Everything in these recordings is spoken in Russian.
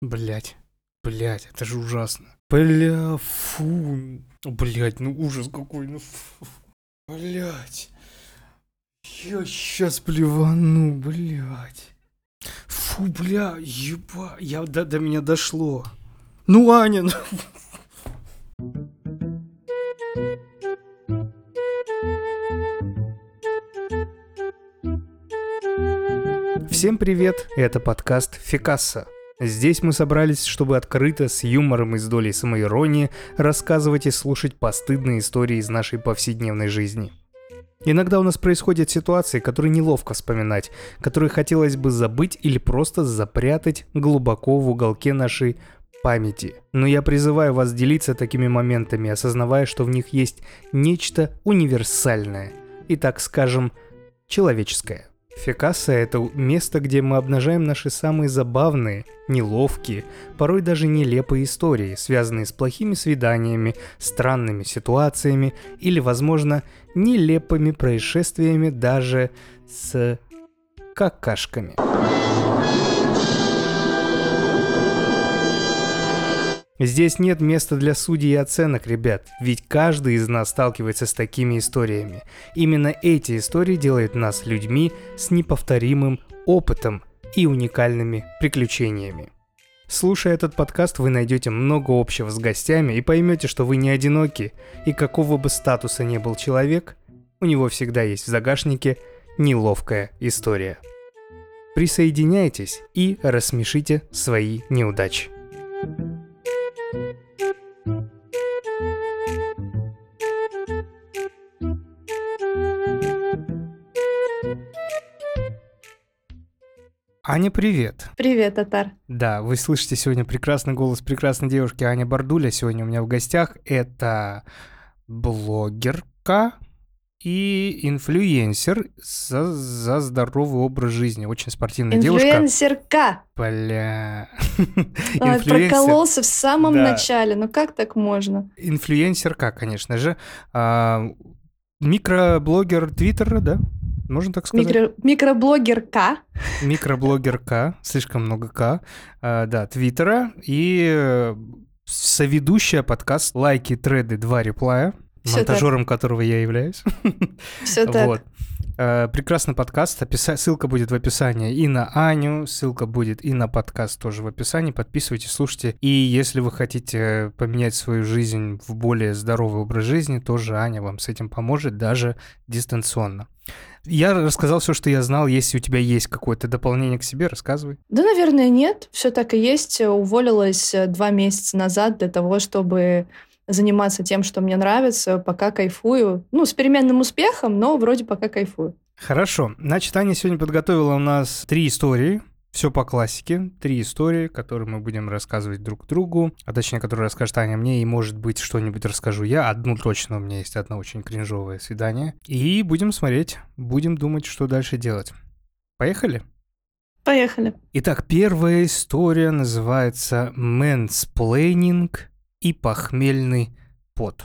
Блять, это же ужасно. Бля, фу. Блять, ну ужас какой, ну фу. Блять. Я сейчас блевану, блять. Фу, бля, еба. До меня дошло. Ну, Аня, ну... Всем привет, это подкаст Фикасса. Здесь мы собрались, чтобы открыто, с юмором и с долей самоиронии рассказывать и слушать постыдные истории из нашей повседневной жизни. Иногда у нас происходят ситуации, которые неловко вспоминать, которые хотелось бы забыть или просто запрятать глубоко в уголке нашей памяти. Но я призываю вас делиться такими моментами, осознавая, что в них есть нечто универсальное и, так скажем, человеческое. Фикасса — это место, где мы обнажаем наши самые забавные, неловкие, порой даже нелепые истории, связанные с плохими свиданиями, странными ситуациями или, возможно, нелепыми происшествиями даже с какашками. Здесь нет места для судей и оценок, ребят, ведь каждый из нас сталкивается с такими историями. Именно эти истории делают нас людьми с неповторимым опытом и уникальными приключениями. Слушая этот подкаст, вы найдете много общего с гостями и поймете, что вы не одиноки, и какого бы статуса ни был человек, у него всегда есть в загашнике неловкая история. Присоединяйтесь и рассмешите свои неудачи. Аня, привет. Привет, Татар. Да, вы слышите сегодня прекрасный голос прекрасной девушки Аня Бардуля. Сегодня у меня в гостях блогерка и инфлюенсер за здоровый образ жизни. Очень спортивная девушка. Инфлюенсерка. Бля. Прокололся в самом начале. Ну как так можно? Инфлюенсерка, конечно же. Микроблогер Твиттера, да? Можно так сказать? Микроблогерка. Микроблогерка, слишком много К. Да, Твиттера. И соведущая подкаст «Лайки, треды, 2 реплая», монтажером которого я являюсь. Все так. Вот. Прекрасный подкаст. Ссылка будет в описании и на Аню, ссылка будет и на подкаст тоже в описании. Подписывайтесь, слушайте. И если вы хотите поменять свою жизнь в более здоровый образ жизни, тоже Аня вам с этим поможет, даже дистанционно. Я рассказал все, что я знал. Если у тебя есть какое-то дополнение к себе, рассказывай. Да, наверное, нет. Все так и есть. Уволилась 2 месяца назад для того, чтобы заниматься тем, что мне нравится, пока кайфую. Ну, с переменным успехом, но вроде пока кайфую. Хорошо. Значит, Аня сегодня подготовила у нас 3 истории. Все по классике. 3 истории, которые мы будем рассказывать друг другу. А точнее, которые расскажет Аня мне, и, может быть, что-нибудь расскажу я. Одну точно, у меня есть одно очень кринжовое свидание. И будем смотреть, будем думать, что дальше делать. Поехали? Поехали. Итак, первая история называется «Мэнсплейнинг и похмельный пот».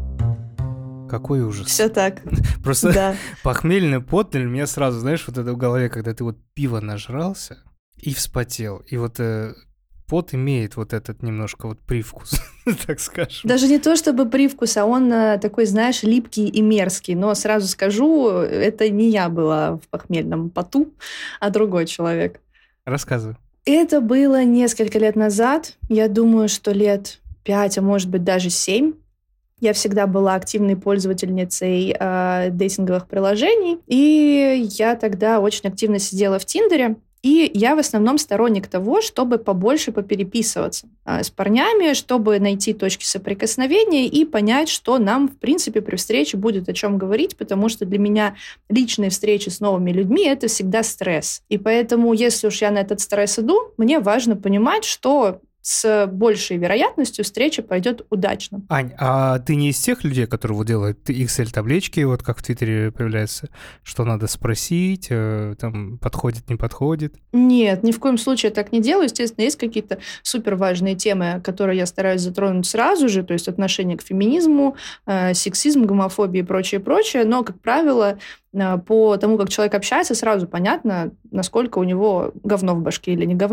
Какой ужас. Все так. Просто да. Похмельный пот для меня сразу, знаешь, вот это в голове, когда ты вот пиво нажрался и вспотел. И вот пот имеет вот этот немножко вот привкус, так скажем. Даже не то чтобы привкус, а он такой, знаешь, липкий и мерзкий. Но сразу скажу, это не я была в похмельном поту, а другой человек. Рассказывай. Это было несколько лет назад. Я думаю, что лет 5, а может быть даже 7. Я всегда была активной пользовательницей дейтинговых приложений, и я тогда очень активно сидела в Тиндере. И я в основном сторонник того, чтобы побольше попереписываться с парнями, чтобы найти точки соприкосновения и понять, что нам, в принципе, при встрече будет о чем говорить, потому что для меня личные встречи с новыми людьми – это всегда стресс. И поэтому, если уж я на этот стресс иду, мне важно понимать, что с большей вероятностью встреча пройдет удачно. Ань, а ты не из тех людей, которые вот делают Excel-таблички, вот как в Твиттере появляется, что надо спросить, там, подходит, не подходит? Нет, ни в коем случае я так не делаю. Естественно, есть какие-то суперважные темы, которые я стараюсь затронуть сразу же, то есть отношение к феминизму, сексизм, гомофобии и прочее, но, как правило, по тому, как человек общается, сразу понятно, насколько у него говно в башке или не говно.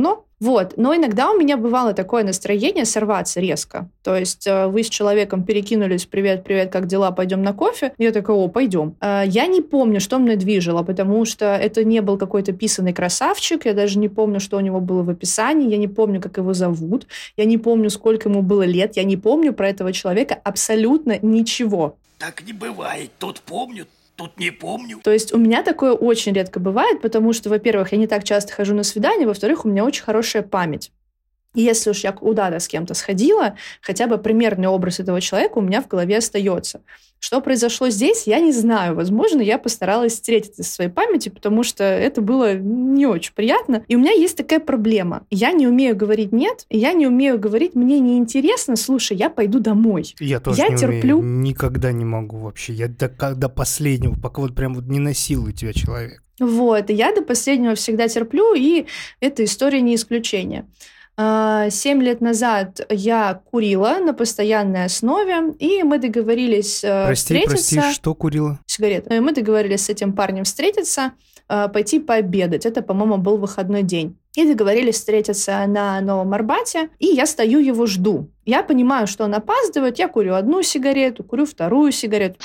Вот. Но иногда у меня бывало такое настроение сорваться резко. То есть вы с человеком перекинулись: привет, привет, как дела, пойдем на кофе? Я такая: о, пойдем. Я не помню, что мной движило, потому что это не был какой-то писаный красавчик, я даже не помню, что у него было в описании, я не помню, как его зовут, я не помню, сколько ему было лет, я не помню про этого человека абсолютно ничего. Так не бывает. Тут помню, тут не помню. То есть у меня такое очень редко бывает, потому что, во-первых, я не так часто хожу на свидания, во-вторых, у меня очень хорошая память. И если уж я куда-то с кем-то сходила, хотя бы примерный образ этого человека у меня в голове остается. Что произошло здесь, я не знаю. Возможно, я постаралась встретиться со своей памятью, потому что это было не очень приятно. И у меня есть такая проблема. Я не умею говорить «нет», и я не умею говорить «мне неинтересно, слушай, я пойду домой». Я тоже я не терплю. умею. Никогда не могу вообще. Я до последнего, пока вот прям вот не насилует тебя человек. Вот, и я до последнего всегда терплю, и эта история не исключение. 7 лет назад я курила на постоянной основе, и мы договорились встретиться. Прости, что курила? Сигареты. Мы договорились с этим парнем встретиться, пойти пообедать. Это, по-моему, был выходной день. И договорились встретиться на Новом Арбате, и я стою, его жду. Я понимаю, что он опаздывает, я курю одну сигарету, курю вторую сигарету.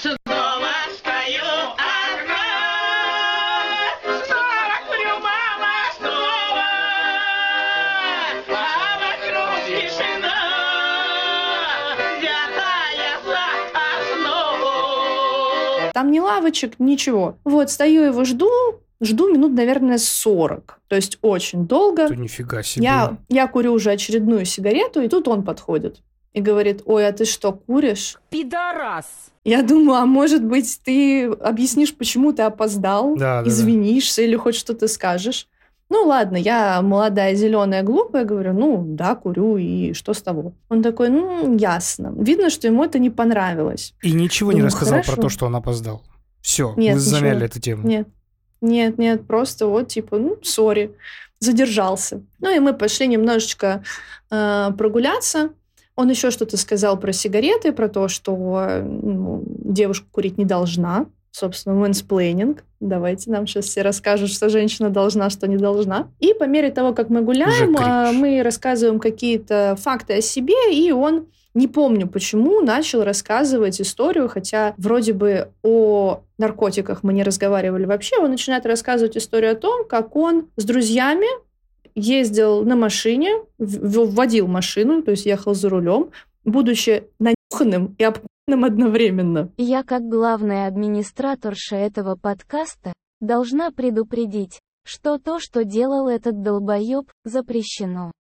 Там ни лавочек, ничего. Вот, стою его жду минут, наверное, 40. То есть очень долго. Ты нифига себе. Я курю уже очередную сигарету, и тут он подходит и говорит: ой, а ты что, куришь? Пидорас! Я думаю, а может быть, ты объяснишь, почему ты опоздал, извинишься или хоть что-то скажешь. Ну ладно, я молодая, зеленая, глупая, говорю: ну да, курю, и что с того? Он такой: ну, ясно. Видно, что ему это не понравилось. И ничего не рассказал хорошо. про то, что он опоздал. Все, Нет, вы замяли ничего. эту тему. Нет, просто вот типа, ну, сори, задержался. Ну и мы пошли немножечко прогуляться. Он еще что-то сказал про сигареты, про то, что девушка курить не должна. Собственно, мэнсплейнинг. Давайте нам сейчас все расскажут, что женщина должна, что не должна. И по мере того, как мы гуляем, мы рассказываем какие-то факты о себе, и он, не помню почему, начал рассказывать историю, хотя вроде бы о наркотиках мы не разговаривали вообще. Он начинает рассказывать историю о том, как он с друзьями ездил на машине, водил машину, то есть ехал за рулем, будучи нанюханным и обкуренным одновременно. Я, как главная администраторша этого подкаста, должна предупредить, что то, что делал этот долбоеб, запрещено.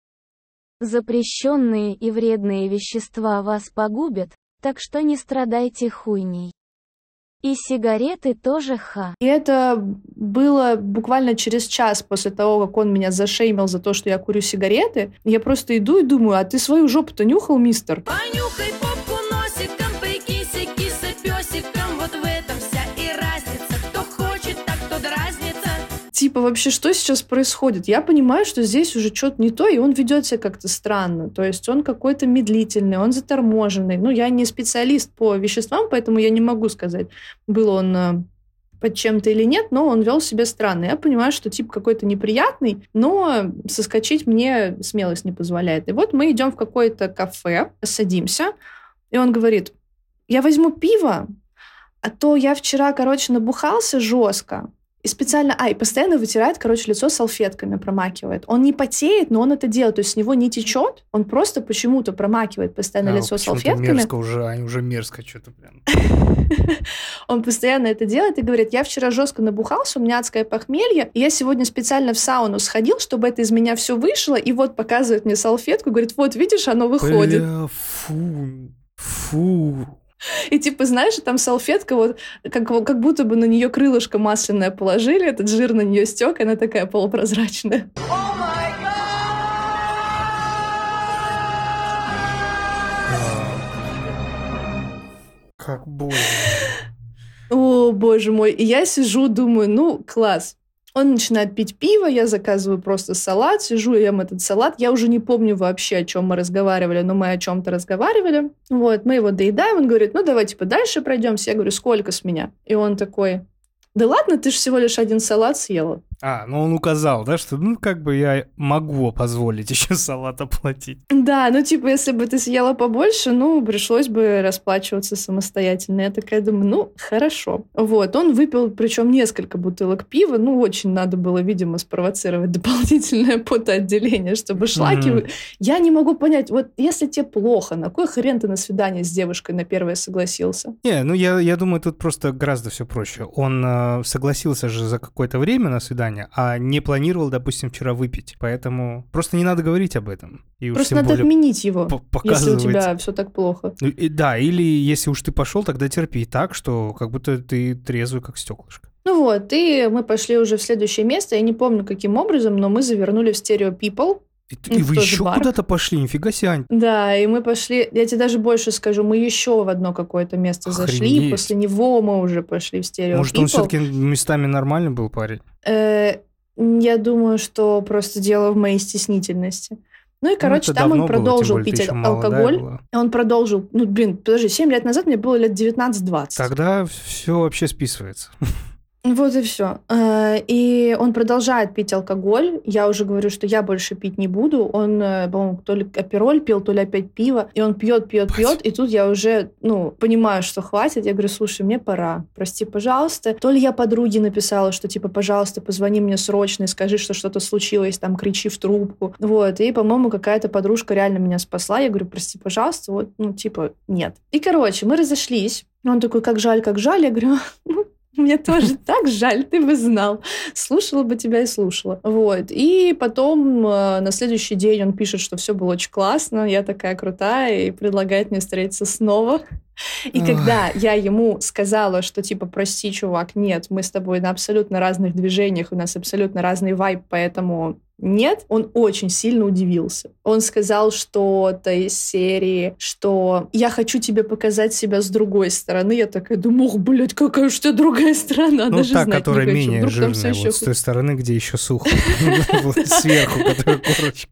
Запрещенные и вредные вещества вас погубят, так что не страдайте хуйней. И сигареты тоже ха. И это было буквально через час после того, как он меня зашеймил за то, что я курю сигареты. Я просто иду и думаю: а ты свою жопу-то нюхал, мистер? Понюхай попку носиком, прикинься киса-пёсиком. Вот в этом вся и разница. Кто хочет, так тот разница. Типа, вообще, что сейчас происходит? Я понимаю, что здесь уже что-то не то, и он ведет себя как-то странно. То есть он какой-то медлительный, он заторможенный. Ну, я не специалист по веществам, поэтому я не могу сказать, был он под чем-то или нет, но он вел себя странно. Я понимаю, что тип какой-то неприятный, но соскочить мне смелость не позволяет. И вот мы идем в какое-то кафе, садимся, и он говорит: я возьму пиво, а то я вчера, набухался жестко. И специально, и постоянно вытирает, лицо салфетками, промакивает. Он не потеет, но он это делает. То есть с него не течет, он просто почему-то промакивает постоянно лицо салфетками. Мерзко уже мерзко что-то прям. Он постоянно это делает и говорит: я вчера жестко набухался, у меня адское похмелье, и я сегодня специально в сауну сходил, чтобы это из меня все вышло, и вот показывает мне салфетку, говорит: вот, видишь, оно выходит. Бля, фу. И типа, знаешь, там салфетка, вот как будто бы на нее крылышко масляное положили, этот жир на нее стек, она такая полупрозрачная. Как больно. О, боже мой. И я сижу, думаю: ну, класс. Он начинает пить пиво, я заказываю просто салат, сижу, ем этот салат. Я уже не помню вообще, о чем мы разговаривали, но мы о чем-то разговаривали. Вот, мы его доедаем, он говорит: ну, давай, дальше пройдемся. Я говорю: сколько с меня? И он такой: да ладно, ты же всего лишь один салат съела. Ну он указал, да, что, как бы я могу позволить еще салат оплатить. Да, если бы ты съела побольше, пришлось бы расплачиваться самостоятельно. Я такая думаю, хорошо. Вот, он выпил, причем несколько бутылок пива, очень надо было, видимо, спровоцировать дополнительное потоотделение, чтобы шлаки... Я не могу понять, вот если тебе плохо, на кой хрен ты на свидание с девушкой на первое согласился? Я думаю, тут просто гораздо все проще. Он согласился же за какое-то время на свидание, а не планировал, допустим, вчера выпить. Поэтому просто не надо говорить об этом. И просто надо отменить его, если у показывать. тебя все так плохо. Да, или если уж ты пошел, тогда терпи так, что как будто ты трезвый, как стеклышко. И мы пошли уже в следующее место. Я не помню, каким образом, но мы завернули в Stereo People. И вы еще бар. Куда-то пошли, нифига себе, Ань. Да, и мы пошли, я тебе даже больше скажу, мы еще в одно какое-то место зашли, и после него мы уже пошли в Stereo People. Может, он все-таки местами нормальный был парень? Я думаю, что просто дело в моей стеснительности. Там он продолжил пить алкоголь. Он продолжил, подожди, 7 лет назад мне было лет 19-20. Тогда все вообще списывается. Вот и все. И он продолжает пить алкоголь. Я уже говорю, что я больше пить не буду. Он, по-моему, то ли апероль пил, то ли опять пиво. И он пьет. И тут я уже, понимаю, что хватит. Я говорю, слушай, мне пора. Прости, пожалуйста. То ли я подруге написала, что пожалуйста, позвони мне срочно и скажи, что что-то случилось, там, кричи в трубку. Вот. И, по-моему, какая-то подружка реально меня спасла. Я говорю, прости, пожалуйста. Нет. И, мы разошлись. Он такой, как жаль. Я говорю, мне тоже так жаль, ты бы знал. Слушала бы тебя и слушала. Вот. И потом на следующий день он пишет, что все было очень классно, я такая крутая, и предлагает мне встретиться снова. И когда я ему сказала, что прости, чувак, нет, мы с тобой на абсолютно разных движениях, у нас абсолютно разный вайб, поэтому нет, он очень сильно удивился. Он сказал что-то из серии, что я хочу тебе показать себя с другой стороны. Я такая думаю, блядь, какая уж у тебя другая сторона, даже та, знать которая не хочу. менее жирная, с той стороны, где еще сухо. Сверху, которая корочка.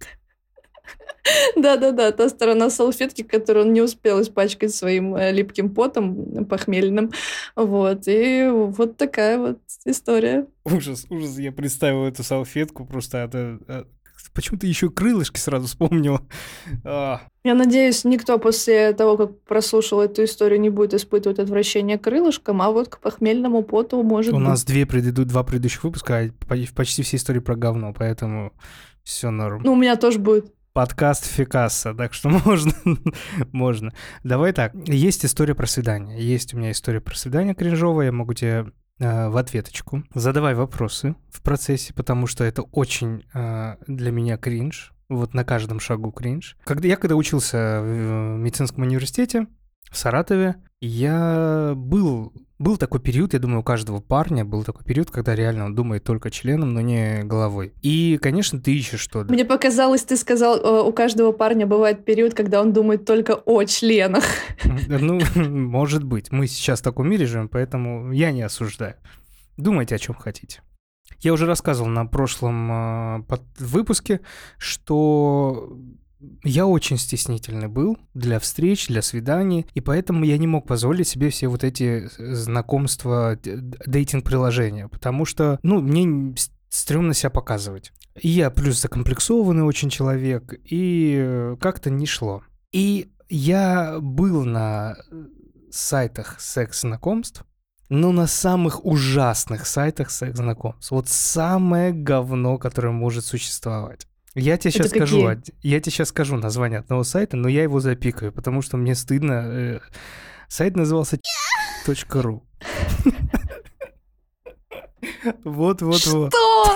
Да, та сторона салфетки, которую он не успел испачкать своим липким потом похмельным. Вот. И вот такая вот история. Ужас, я представил эту салфетку, просто почему ты еще крылышки сразу вспомнила? Я надеюсь, никто после того, как прослушал эту историю, не будет испытывать отвращение к крылышкам, а вот к похмельному поту может быть. У нас два предыдущих выпуска, а почти все истории про говно, поэтому все норм. У меня тоже будет. Подкаст Фикасса, так что можно. Давай так, есть история про свидание. Есть у меня история про свидание кринжовая, я могу тебе в ответочку. Задавай вопросы в процессе, потому что это очень для меня кринж. Вот на каждом шагу кринж. Когда учился в медицинском университете в Саратове, я был такой период, я думаю, у каждого парня был такой период, когда реально он думает только членом, но не головой. И, конечно, ты ищешь что-то. Мне показалось, ты сказал, у каждого парня бывает период, когда он думает только о членах. Может быть. Мы сейчас в таком мире живем, поэтому я не осуждаю. Думайте, о чем хотите. Я уже рассказывал на прошлом выпуске, что я очень стеснительный был для встреч, для свиданий, и поэтому я не мог позволить себе все вот эти знакомства, дейтинг-приложения, потому что, мне стрёмно себя показывать. И я плюс закомплексованный очень человек, и как-то не шло. И я был на сайтах секс-знакомств, но на самых ужасных сайтах секс-знакомств. Вот самое говно, которое может существовать. Я тебе сейчас скажу название одного сайта, но я его запикаю, потому что мне стыдно. Сайт назывался .ru. Вот. Что?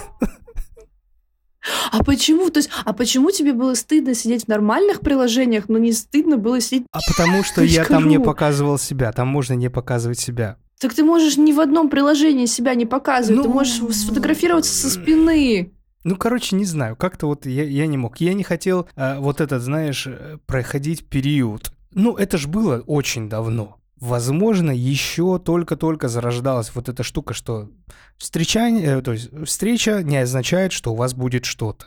А почему? Почему тебе было стыдно сидеть в нормальных приложениях, но не стыдно было сидеть... потому что я там не показывал себя, там можно не показывать себя. Так ты можешь ни в одном приложении себя не показывать, ты можешь сфотографироваться со спины. Не знаю, как-то вот я не мог. Я не хотел проходить период. Это ж было очень давно. Возможно, еще только-только зарождалась вот эта штука, что встреча не означает, что у вас будет что-то.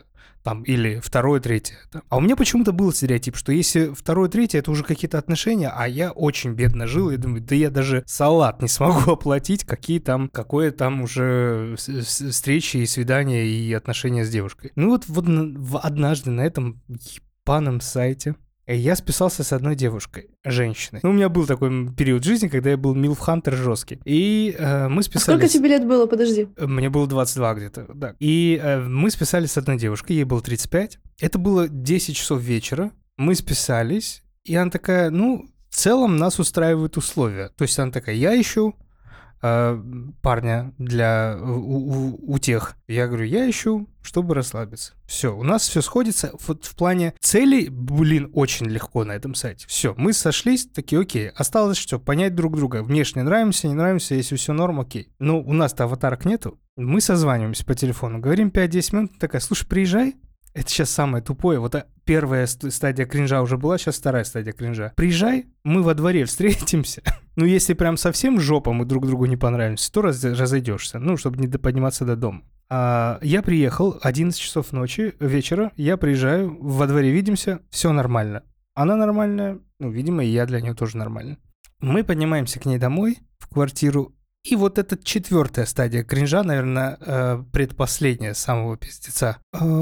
там, или второе, третье. Да. А у меня почему-то был стереотип, что если второе, третье, это уже какие-то отношения, а я очень бедно жил, и думаю, да я даже салат не смогу оплатить, какое там уже встречи и свидания и отношения с девушкой. Ну вот однажды на этом ебаном сайте я списался с одной девушкой, женщиной. Ну, у меня был такой период жизни, когда я был милфхантер жесткий. И мы списались... А сколько тебе лет было, подожди? Мне было 22 где-то, да. И мы списались с одной девушкой, ей было 35. Это было 10 часов вечера. Мы списались, и она такая, ну, в целом нас устраивают условия. То есть она такая, я ищу парня для утех. Я говорю, я ищу, чтобы расслабиться. Все, у нас все сходится. Вот в плане целей, очень легко на этом сайте. Все, мы сошлись, такие, окей. Осталось что? Понять друг друга. Внешне нравимся, не нравимся, если все норм, окей. Но у нас-то аватарок нету. Мы созваниваемся по телефону, говорим 5-10 минут, такая, слушай, приезжай. Это сейчас самое тупое. Вот первая стадия кринжа уже была, сейчас вторая стадия кринжа. Приезжай, мы во дворе встретимся. Ну, если прям совсем жопа, мы друг другу не понравимся, то разойдешься. Ну, чтобы не подниматься до дома. Я приехал, 11 часов вечера, я приезжаю, во дворе видимся, все нормально. Она нормальная, ну, видимо, и я для нее тоже нормальный. Мы поднимаемся к ней домой, в квартиру, и вот эта четвертая стадия кринжа, наверное, предпоследняя самого пиздеца.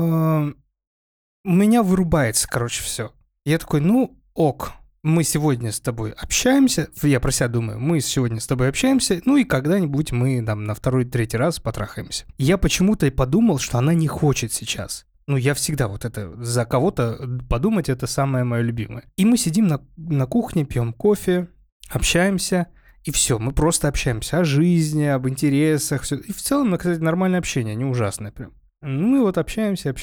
У меня вырубается, короче, все. Я такой, ну, ок, мы сегодня с тобой общаемся, я про себя думаю, мы сегодня с тобой общаемся, ну и когда-нибудь мы там на второй-третий раз потрахаемся. Я почему-то и подумал, что она не хочет сейчас. Ну, я всегда вот это, за кого-то подумать, это самое мое любимое. И мы сидим на кухне, пьем кофе, общаемся, и все, мы просто общаемся о жизни, об интересах, все. И в целом, кстати, нормальное общение, не ужасное прям. Мы вот общаемся,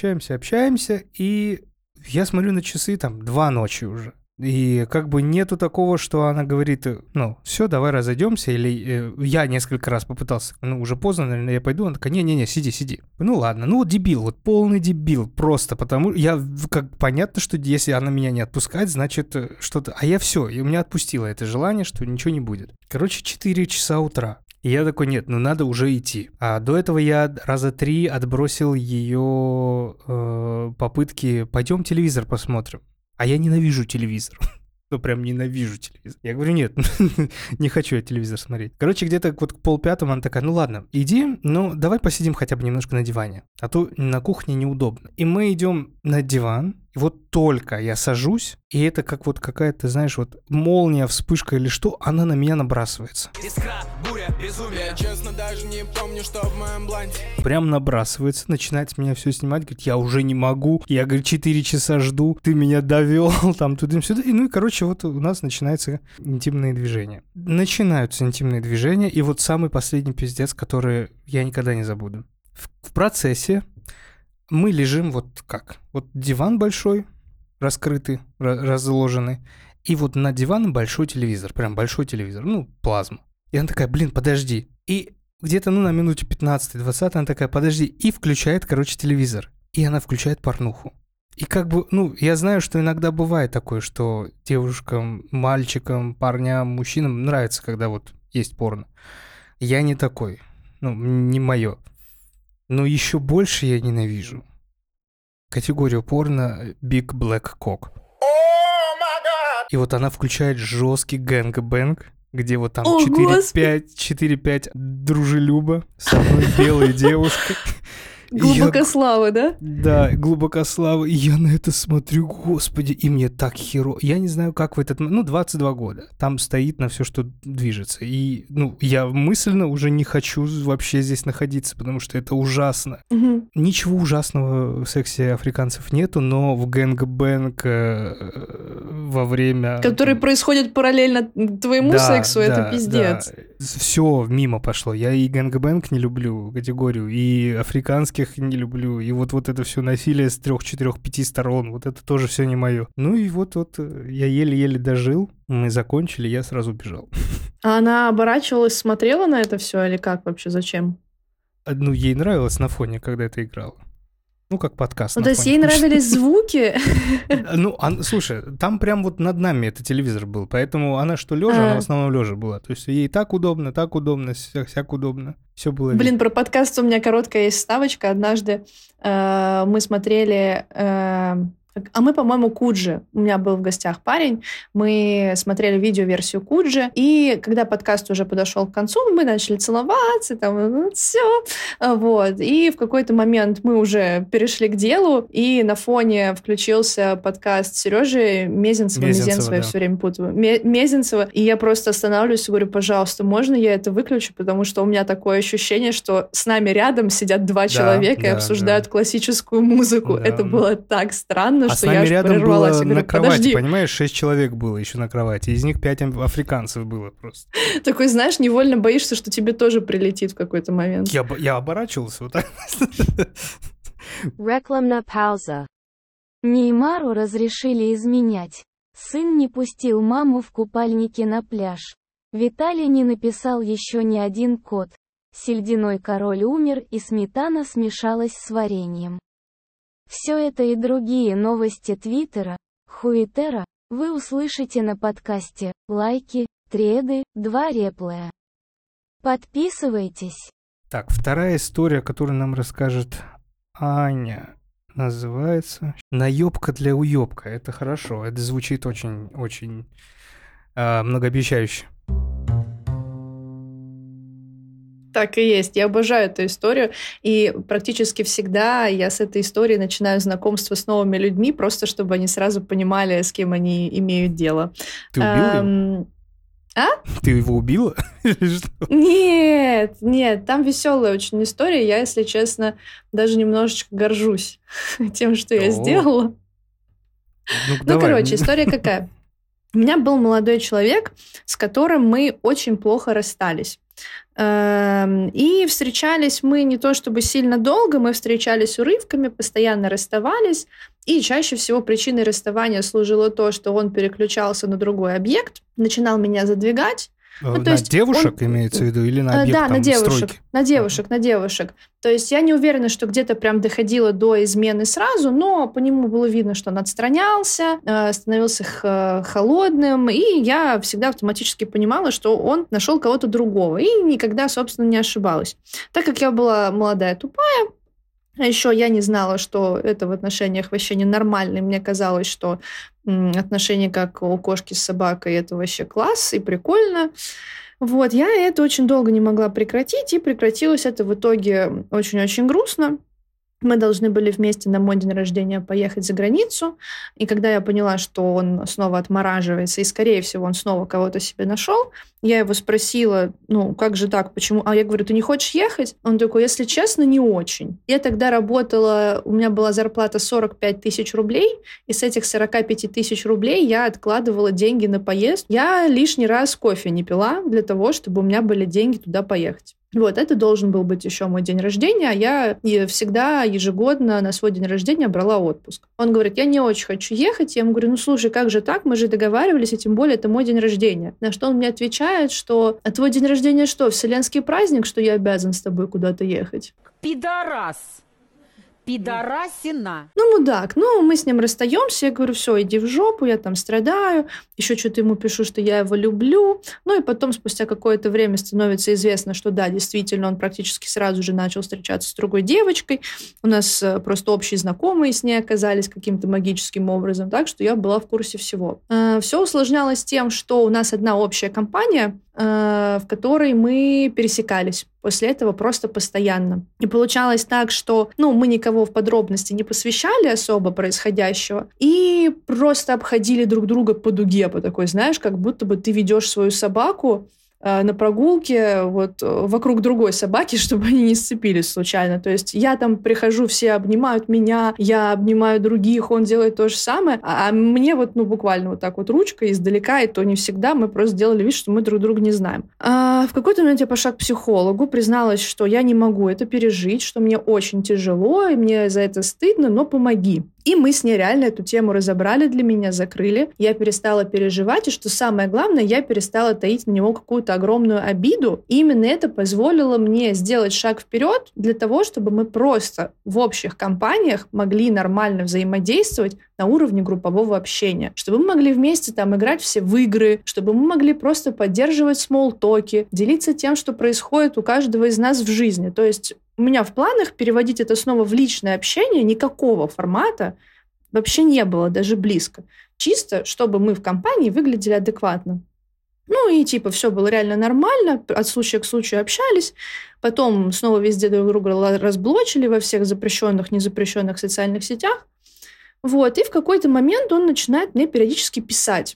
и я смотрю на часы, там, 2 ночи уже. И как бы нету такого, что она говорит, ну, все, давай разойдемся, или я несколько раз попытался, ну, уже поздно, наверное, я пойду, она такая, не-не-не, сиди. Ну, ладно, ну, вот дебил, вот полный дебил, просто потому, как понятно, что если она меня не отпускает, значит, что-то, а я все, и у меня отпустило это желание, что ничего не будет. Короче, 4 часа утра. И я такой, нет, ну надо уже идти. А до этого я раза 3 отбросил ее попытки, пойдем телевизор посмотрим. А я ненавижу телевизор. Ну, прям ненавижу телевизор. Я говорю, нет, не хочу я телевизор смотреть. Короче, где-то вот к 4:30 она такая, ну ладно, иди, но давай посидим хотя бы немножко на диване. А то на кухне неудобно. И мы идем на диван, и вот только я сажусь, и это как вот какая-то, знаешь, вот молния, вспышка или что, она на меня набрасывается. Искра, буря, безумие. Я честно даже не помню, что в моем бланте. Прям набрасывается, начинает меня все снимать, говорит, я уже не могу, я, говорит, 4 часа жду, ты меня довел, там, туда-сюда. И, ну и, короче, вот у нас начинаются интимные движения. Начинаются интимные движения, и вот самый последний пиздец, который я никогда не забуду. В процессе мы лежим вот как? Вот диван большой, раскрытый, разложенный, и вот над диваном большой телевизор, прям большой телевизор, ну, плазма. И она такая, блин, подожди. И где-то, ну, на минуте 15-20 она такая, подожди, и включает, короче, телевизор. И она включает порнуху. И как бы, ну, я знаю, что иногда бывает такое, что девушкам, мальчикам, парням, мужчинам нравится, когда вот есть порно. Я не такой, ну, не мое. Но еще больше я ненавижу категорию порно Big Black Cock. И вот она включает жесткий гэнгбэнг, где вот там 4-5 дружелюба с одной белой девушкой. Глубокослава, да? Да, глубокослава. И я на это смотрю, господи, и мне так херово. Я не знаю, как в этот... Ну, 22 года. Там стоит на все, что движется. И, ну, я мысленно уже не хочу вообще здесь находиться, потому что это ужасно. Угу. Ничего ужасного в сексе африканцев нету, но в гэнгбэнг во время... Который происходит параллельно твоему сексу, это пиздец. Да. Все мимо пошло. Я и гэнгбэнг не люблю категорию, и африканских не люблю, и вот это все насилие с 3, 4, 5 сторон, вот это тоже все не мое. Ну и вот я еле-еле дожил, мы закончили, я сразу бежал. А она оборачивалась, смотрела на это все или как вообще, зачем? Ну, ей нравилось на фоне, когда это играло. Ну, как подкаст. Ну, то есть ей нравились звуки? Ну, слушай, там прям вот над нами этот телевизор был, поэтому она что лежа, она в основном лежа была. То есть ей так удобно, всяк удобно. Все было видно. Блин, про подкаст у меня короткая есть вставочка. Однажды мы смотрели... А мы, по-моему, Куджи. У меня был в гостях парень. Мы смотрели видеоверсию Куджи. И когда подкаст уже подошел к концу, мы начали целоваться, там, все. Вот. И в какой-то момент мы уже перешли к делу, и на фоне включился подкаст Сережи Мезенцева, я все время путаю. Мезенцева. И я просто останавливаюсь и говорю, пожалуйста, можно я это выключу? Потому что у меня такое ощущение, что с нами рядом сидят два человека и обсуждают классическую музыку. Да. Это было так странно, что с нами я рядом было говорю, на кровати, подожди. Понимаешь, 6 человек было еще на кровати, из них 5 африканцев было просто. Такой, знаешь, невольно боишься, что тебе тоже прилетит в какой-то момент. Я оборачивался вот так. Рекламная пауза. Неймару разрешили изменять. Сын не пустил маму в купальнике на пляж. Виталий не написал еще ни один код. Сельдяной король умер, и сметана смешалась с вареньем. Все это и другие новости Твиттера, Хуитера, вы услышите на подкасте, лайки, треды, 2 реплея. Подписывайтесь. Так, вторая история, которую нам расскажет Аня, называется «Наёбка для уёбка». Это хорошо, это звучит очень многообещающе. Так и есть. Я обожаю эту историю. И практически всегда я с этой историей начинаю знакомство с новыми людьми, просто чтобы они сразу понимали, с кем они имеют дело. Ты убила его? А? Ты его убила? Нет, там веселая очень история. Я, если честно, даже немножечко горжусь тем, что я сделала. Ну, короче, история какая? У меня был молодой человек, с которым мы очень плохо расстались. И встречались мы не то чтобы сильно долго, мы встречались урывками, постоянно расставались, и чаще всего причиной расставания служило то, что он переключался на другой объект, начинал меня задвигать. Ну, на девушек имеется в виду или на объект да, там, стройки? На девушек. То есть я не уверена, что где-то прям доходило до измены сразу, но по нему было видно, что он отстранялся, становился холодным, и я всегда автоматически понимала, что он нашел кого-то другого, и никогда, собственно, не ошибалась. Так как я была молодая, тупая, а еще я не знала, что это в отношениях вообще ненормально, и мне казалось, что отношения как у кошки с собакой – это вообще класс и прикольно. Вот, я это очень долго не могла прекратить, и прекратилось это в итоге очень-очень грустно. Мы должны были вместе на мой день рождения поехать за границу, и когда я поняла, что он снова отмораживается, и, скорее всего, он снова кого-то себе нашел, я его спросила, как же так, почему? А я говорю, ты не хочешь ехать? Он такой, если честно, не очень. Я тогда работала, у меня была зарплата 45 тысяч рублей, и с этих 45 тысяч рублей я откладывала деньги на поездку. Я лишний раз кофе не пила для того, чтобы у меня были деньги туда поехать. Вот, это должен был быть еще мой день рождения, а я всегда ежегодно на свой день рождения брала отпуск. Он говорит, я не очень хочу ехать. Я ему говорю, слушай, как же так? Мы же договаривались, и тем более это мой день рождения. На что он мне отвечает, что а твой день рождения что, вселенский праздник, что я обязан с тобой куда-то ехать? Пидорас. Пидорасина. Мудак. Мы с ним расстаемся. Я говорю, все, иди в жопу, я там страдаю. Еще что-то ему пишу, что я его люблю. И потом спустя какое-то время становится известно, что да, действительно, он практически сразу же начал встречаться с другой девочкой. У нас просто общие знакомые с ней оказались каким-то магическим образом. Так что я была в курсе всего. Все усложнялось тем, что у нас одна общая компания, в которой мы пересекались. После этого просто постоянно. И получалось так, что мы никого в подробности не посвящали особо происходящего и просто обходили друг друга по дуге, по такой, знаешь, как будто бы ты ведешь свою собаку на прогулке вокруг другой собаки, чтобы они не сцепились случайно. То есть я там прихожу, все обнимают меня, я обнимаю других, он делает то же самое, а мне буквально так ручкой издалека, и то не всегда, мы просто делали вид, что мы друг друга не знаем. В какой-то момент я пошла к психологу, призналась, что я не могу это пережить, что мне очень тяжело, и мне за это стыдно, но помоги. И мы с ней реально эту тему разобрали для меня, закрыли. Я перестала переживать, и что самое главное, я перестала таить на него какую-то огромную обиду. И именно это позволило мне сделать шаг вперед для того, чтобы мы просто в общих компаниях могли нормально взаимодействовать на уровне группового общения. Чтобы мы могли вместе там играть все в игры, чтобы мы могли просто поддерживать смоллтоки, делиться тем, что происходит у каждого из нас в жизни. То есть у меня в планах переводить это снова в личное общение, никакого формата вообще не было, даже близко. Чисто, чтобы мы в компании выглядели адекватно. Ну и типа все было реально нормально, от случая к случаю общались, потом снова везде друг друга разблочили во всех запрещенных, незапрещенных социальных сетях. Вот, и в какой-то момент он начинает мне периодически писать.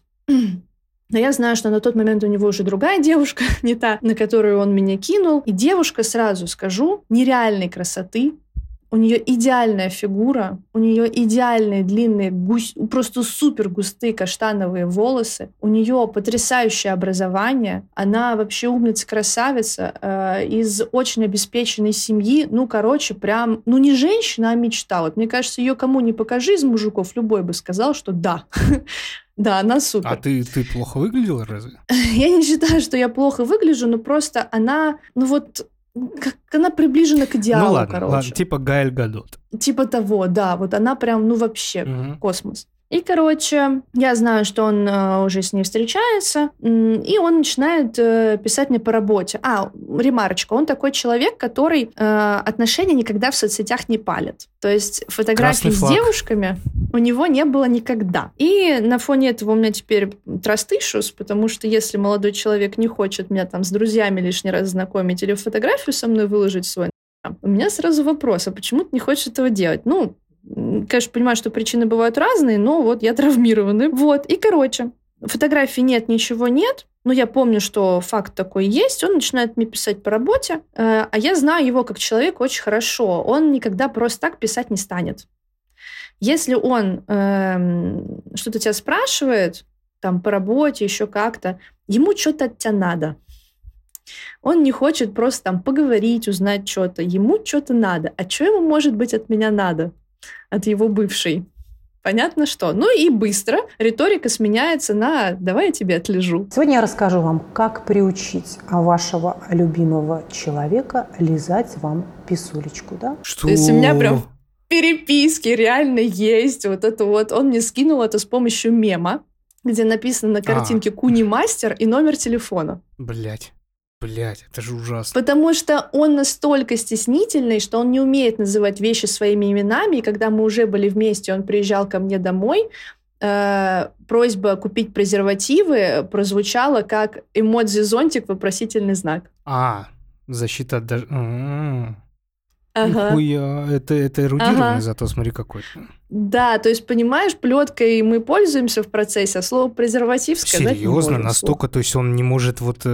Но я знаю, что на тот момент у него уже другая девушка, не та, на которую он меня кинул. И девушка, сразу скажу, нереальной красоты. У нее идеальная фигура, у нее идеальные длинные, просто супер густые каштановые волосы, у нее потрясающее образование, она вообще умница-красавица, из очень обеспеченной семьи, ну, короче, прям, ну, не женщина, а мечта. Вот мне кажется, ее кому не покажи из мужиков, любой бы сказал, что да. Да, она супер. А ты плохо выглядела разве? Я не считаю, что я плохо выгляжу, но просто она, ну вот, как она приближена к идеалу, ну ладно, короче. Ладно, типа Гаэль Гадот. Типа того, да, вот она прям, ну вообще, космос. И, короче, я знаю, что он уже с ней встречается, и он начинает писать мне по работе. Ремарочка, он такой человек, который отношения никогда в соцсетях не палит. То есть фотографий с девушками у него не было никогда. И на фоне этого у меня теперь trust issues, потому что если молодой человек не хочет меня там с друзьями лишний раз знакомить или фотографию со мной выложить свой, у меня сразу вопрос, а почему ты не хочешь этого делать? Ну, конечно, понимаю, что причины бывают разные, но вот я травмированный. Вот, и, короче, фотографий нет, ничего нет, но я помню, что факт такой есть. Он начинает мне писать по работе, а я знаю его как человека очень хорошо. Он никогда просто так писать не станет. Если он что-то тебя спрашивает, там, по работе, еще как-то, ему что-то от тебя надо. Он не хочет просто там поговорить, узнать что-то. Ему что-то надо. А что ему, может быть, от меня надо? От его бывшей. Понятно, что. Ну и быстро риторика сменяется на «давай я тебе отлежу». Сегодня я расскажу вам, как приучить вашего любимого человека лизать вам писулечку, да? Что? То есть у меня прям в переписке реально есть вот это вот. Он мне скинул это с помощью мема, где написано на картинке «Куни-мастер» и номер телефона. Блять, это же ужасно. Потому что он настолько стеснительный, что он не умеет называть вещи своими именами. И когда мы уже были вместе, он приезжал ко мне домой, просьба купить презервативы прозвучала как эмодзи-зонтик, вопросительный знак. Защита от дождя. Ага. Нихуя, это эрудированный, зато смотри какой. Да, то есть, понимаешь, плеткой мы пользуемся в процессе, а слово презерватив сказать не можем. Серьезно? Настолько, то есть он не может вот...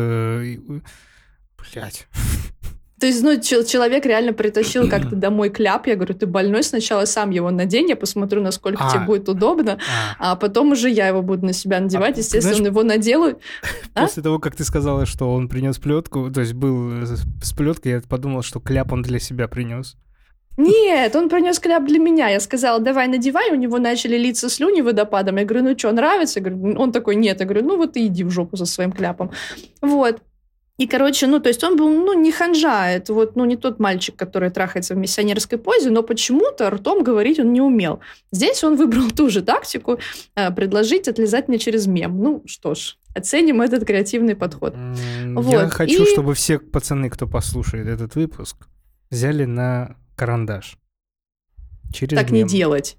Блять. То есть, ну, человек реально притащил как-то домой кляп. Я говорю, ты больной, сначала сам его надень, я посмотрю, насколько тебе будет удобно, а потом уже я его буду на себя надевать. Естественно, знаешь, он его наделаю. После того, как ты сказала, что он принес плетку, то есть был с плеткой, я подумал, что кляп он для себя принес. Нет, он принес кляп для меня. Я сказала, давай надевай, у него начали литься слюни водопадом. Я говорю, ну что, нравится? Я говорю, он такой, нет. Я говорю, ну вот и иди в жопу со своим кляпом. Вот. И, короче, ну, то есть он был, ну, не ханжа, это вот, ну, не тот мальчик, который трахается в миссионерской позе, но почему-то ртом говорить он не умел. Здесь он выбрал ту же тактику, предложить отлизать мне через мем. Ну, что ж, оценим этот креативный подход. Я хочу, чтобы все пацаны, кто послушает этот выпуск, взяли на карандаш. Через так мем. Не делать.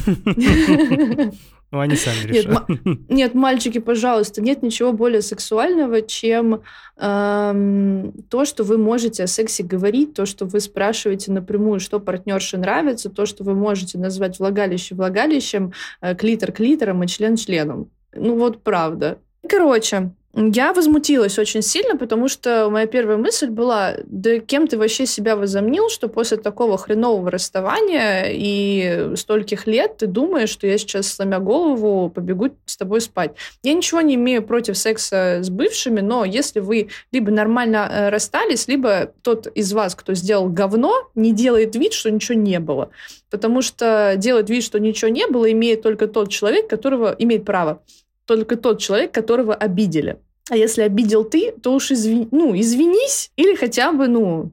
Ну, они сами решат. Нет, мальчики, пожалуйста, нет ничего более сексуального, чем то, что вы можете о сексе говорить, то, что вы спрашиваете напрямую, что партнерше нравится, то, что вы можете назвать влагалище влагалищем, клитор клитором и член членом. Ну вот правда. Короче, Я возмутилась очень сильно, потому что моя первая мысль была, да кем ты вообще себя возомнил, что после такого хренового расставания и стольких лет ты думаешь, что я сейчас, сломя голову, побегу с тобой спать. Я ничего не имею против секса с бывшими, но если вы либо нормально расстались, либо тот из вас, кто сделал говно, не делает вид, что ничего не было. Потому что делать вид, что ничего не было, имеет только тот человек, которого имеет право. Только тот человек, которого обидели. А если обидел ты, то уж извинись или хотя бы,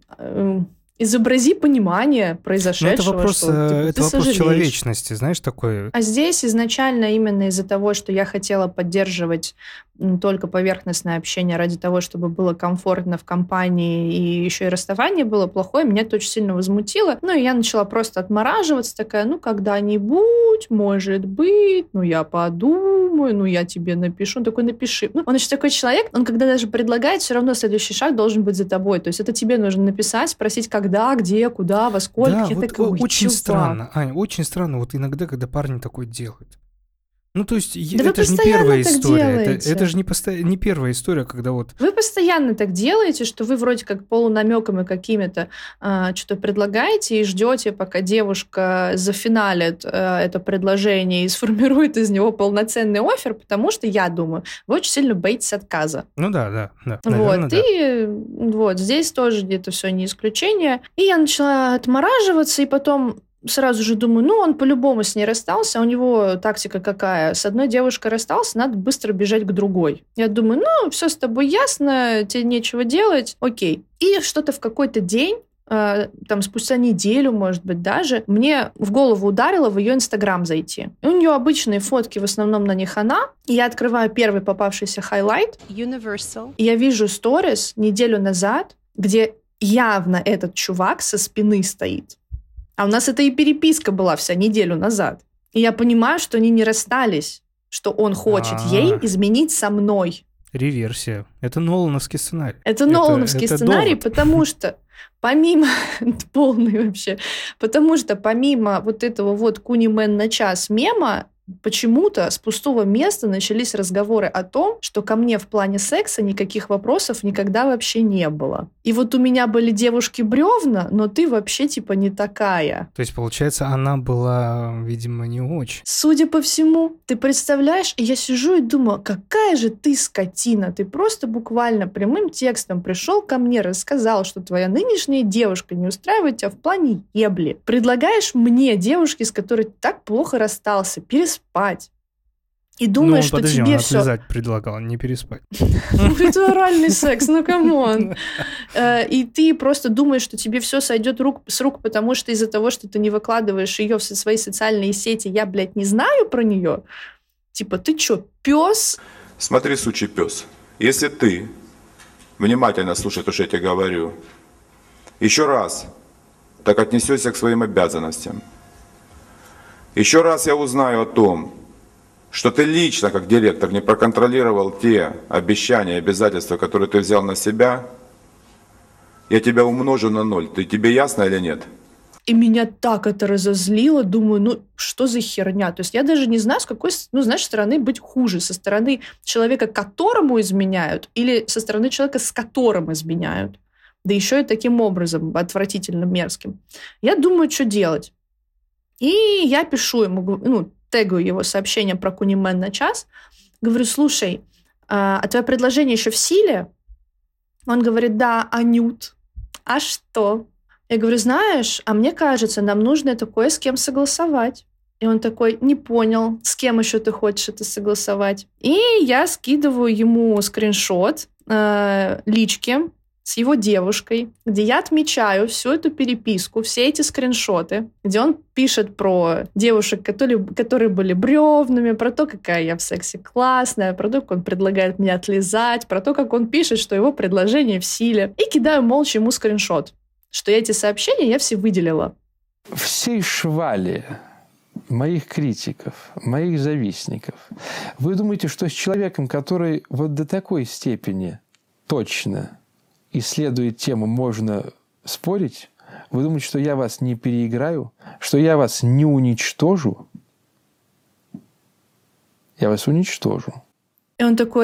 изобрази понимание произошедшего. Это вопрос человечности, знаешь, такой. А здесь изначально именно из-за того, что я хотела поддерживать только поверхностное общение ради того, чтобы было комфортно в компании, и еще и расставание было плохое, меня это очень сильно возмутило. И я начала просто отмораживаться, такая, когда-нибудь, может быть, я подумаю, я тебе напишу. Он такой, напиши. Он еще такой человек, он когда даже предлагает, все равно следующий шаг должен быть за тобой. То есть это тебе нужно написать, спросить, когда, где, куда, во сколько. Да, очень странно, Аня, очень странно, иногда, когда парни такое делают. То есть, да это же не первая история. Это же не первая история, когда Вы постоянно так делаете, что вы вроде как полунамеками какими-то что-то предлагаете и ждете, пока девушка зафиналит это предложение и сформирует из него полноценный оффер, потому что, я думаю, вы очень сильно боитесь отказа. Да. Наверное, и здесь тоже где-то все не исключение. И я начала отмораживаться, и потом сразу же думаю, он по-любому с ней расстался, а у него тактика какая? С одной девушкой расстался, надо быстро бежать к другой. Я думаю, все с тобой ясно, тебе нечего делать, окей. И что-то в какой-то день, спустя неделю, может быть, даже, мне в голову ударило в ее Инстаграм зайти. И у нее обычные фотки, в основном на них она. И я открываю первый попавшийся хайлайт. Universal. И я вижу сторис неделю назад, где явно этот чувак со спины стоит. А у нас это и переписка была вся неделю назад. И я понимаю, что они не расстались, что он хочет ей изменить со мной. Реверсия. Это нолановский сценарий. Это нолановский сценарий, потому что помимо... полный вообще. Потому что помимо этого Кунимен на час мема, почему-то с пустого места начались разговоры о том, что ко мне в плане секса никаких вопросов никогда вообще не было. И у меня были девушки-бревна, но ты вообще не такая. То есть, получается, она была, видимо, не очень. Судя по всему, ты представляешь, я сижу и думаю, какая же ты скотина. Ты просто буквально прямым текстом пришел ко мне, рассказал, что твоя нынешняя девушка не устраивает тебя в плане ебли. Предлагаешь мне, девушке, с которой ты так плохо расстался, переспать. И думаешь, что тебе все... он отлизать предлагал, не переспать. Это оральный секс, камон. И ты просто думаешь, что тебе все сойдет с рук, потому что из-за того, что ты не выкладываешь ее в свои социальные сети, я, не знаю про нее. Ты что, пес? Смотри, сучий пес, если ты внимательно слушай то, что я тебе говорю, еще раз так отнесешься к своим обязанностям, еще раз я узнаю о том, что ты лично, как директор, не проконтролировал те обещания и обязательства, которые ты взял на себя, я тебя умножу на 0. Тебе ясно или нет? И меня так это разозлило. Думаю, что за херня? То есть я даже не знаю, с какой, стороны быть хуже. Со стороны человека, которому изменяют, или со стороны человека, с которым изменяют. Да еще и таким образом, отвратительно мерзким. Я думаю, что делать. И я пишу ему, тегаю его сообщение про Кунимен на час. Говорю, слушай, а твое предложение еще в силе? Он говорит, да, Анют. А что? Я говорю, знаешь, а мне кажется, нам нужно это кое с кем согласовать. И он такой, не понял, с кем еще ты хочешь это согласовать? И я скидываю ему скриншот лички с его девушкой, где я отмечаю всю эту переписку, все эти скриншоты, где он пишет про девушек, которые были бревнами, про то, какая я в сексе классная, про то, как он предлагает мне отлизать, про то, как он пишет, что его предложение в силе. И кидаю молча ему скриншот, что эти сообщения я все выделила. Всей швали моих критиков, моих завистников, вы думаете, что с человеком, который до такой степени точно исследует тему, можно спорить? Вы думаете, что я вас не переиграю? Что я вас не уничтожу? Я вас уничтожу. И он такой,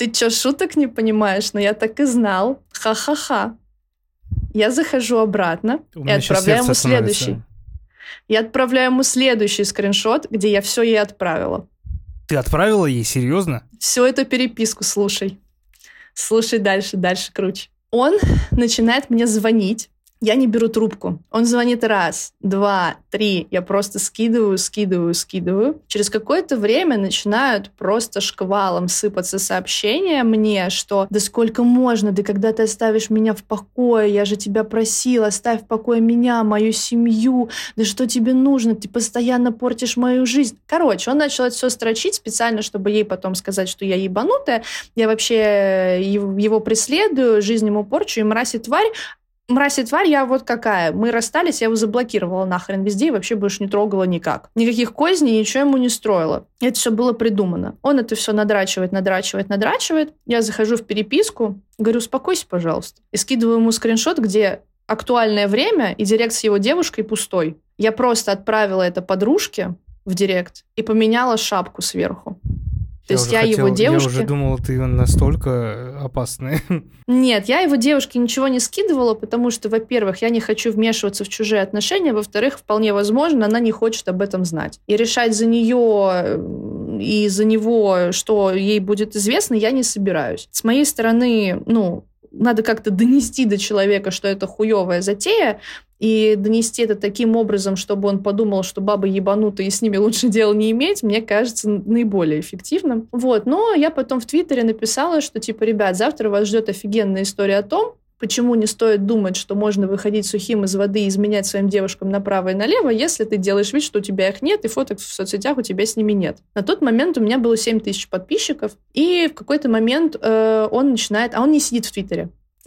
Ты чё, шуток не понимаешь? Но я так и знал. Ха-ха-ха. Я захожу обратно и отправляю ему следующий. Я отправляю ему следующий скриншот, где я все ей отправила. Ты отправила ей? Серьезно? Всю эту переписку слушай. Слушай дальше круче. Он начинает мне звонить. Я не беру трубку. Он звонит 1, 2, 3. Я просто скидываю. Через какое-то время начинают просто шквалом сыпаться сообщения мне, что да сколько можно, да когда ты оставишь меня в покое, я же тебя просила, оставь в покое меня, мою семью, да что тебе нужно, ты постоянно портишь мою жизнь. Короче, он начал это все строчить специально, чтобы ей потом сказать, что я ебанутая, я вообще его преследую, жизнь ему порчу, и мразь и тварь. Мразь и тварь, я вот какая. Мы расстались, я его заблокировала нахрен везде и вообще больше не трогала никак. Никаких козней, ничего ему не строила. Это все было придумано. Он это все надрачивает. Я захожу в переписку, говорю, успокойся, пожалуйста. И скидываю ему скриншот, где актуальное время и директ с его девушкой пустой. Я просто отправила это подружке в директ и поменяла шапку сверху. То есть его девушке... Я уже думала, ты настолько опасная. Нет, я его девушке ничего не скидывала, потому что, во-первых, я не хочу вмешиваться в чужие отношения, во-вторых, вполне возможно, она не хочет об этом знать. И решать за нее и за него, что ей будет известно, я не собираюсь. С моей стороны, надо как-то донести до человека, что это хуевая затея, и донести это таким образом, чтобы он подумал, что бабы ебанутые, и с ними лучше дела не иметь, мне кажется наиболее эффективным. Но я потом в Твиттере написала, что ребят, завтра вас ждет офигенная история о том, почему не стоит думать, что можно выходить сухим из воды и изменять своим девушкам направо и налево, если ты делаешь вид, что у тебя их нет, и фоток в соцсетях у тебя с ними нет. На тот момент у меня было 7000 подписчиков, и в какой-то момент он начинает... А он не сидит в Твиттере.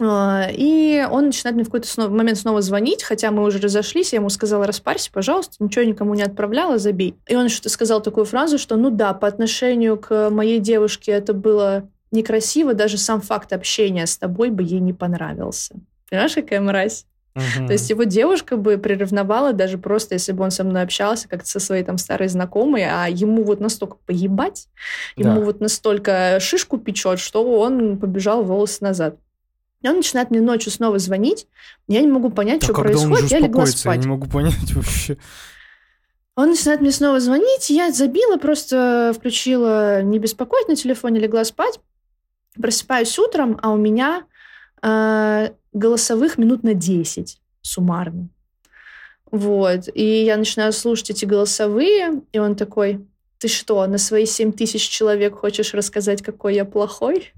И он начинает мне в какой-то момент снова звонить, хотя мы уже разошлись, я ему сказала, распарься, пожалуйста, ничего никому не отправляла, забей. И он что-то сказал такую фразу, что по отношению к моей девушке это было некрасиво, даже сам факт общения с тобой бы ей не понравился. Понимаешь, какая мразь? То есть его девушка бы приревновала даже просто, если бы он со мной общался как-то со своей старой знакомой, а ему настолько поебать, ему настолько шишку печет, что он побежал волосы назад. И он начинает мне ночью снова звонить. Я не могу понять, что происходит. Я легла спать. Я не могу понять вообще. Он начинает мне снова звонить. Я забила, просто включила «Не беспокоить» на телефоне, легла спать. Просыпаюсь утром, а у меня голосовых минут на 10 суммарно. И я начинаю слушать эти голосовые, и он такой, ты что, на свои 7000 человек хочешь рассказать, какой я плохой?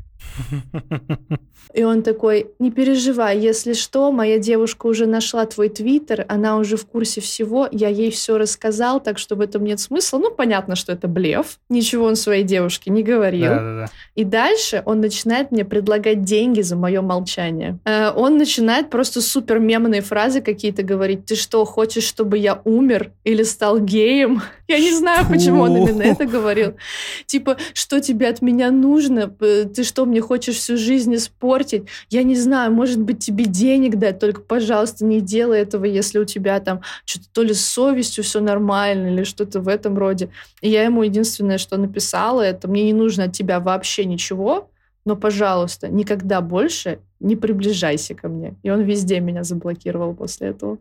И он такой, не переживай, если что, моя девушка уже нашла твой твиттер, она уже в курсе всего, я ей все рассказал, так что в этом нет смысла. Понятно, что это блеф. Ничего он своей девушке не говорил. Да. И дальше он начинает мне предлагать деньги за мое молчание. Он начинает просто супер мемные фразы какие-то говорить. Ты что, хочешь, чтобы я умер или стал геем? Я не знаю, почему он именно это говорил. Что тебе от меня нужно? Ты что, мне хочешь всю жизнь испортить? Я не знаю, может быть, тебе денег дать, только, пожалуйста, не делай этого, если у тебя что-то то ли с совестью все нормально или что-то в этом роде. И я ему единственное, что написала, это мне не нужно от тебя вообще ничего, но, пожалуйста, никогда больше не приближайся ко мне. И он везде меня заблокировал после этого.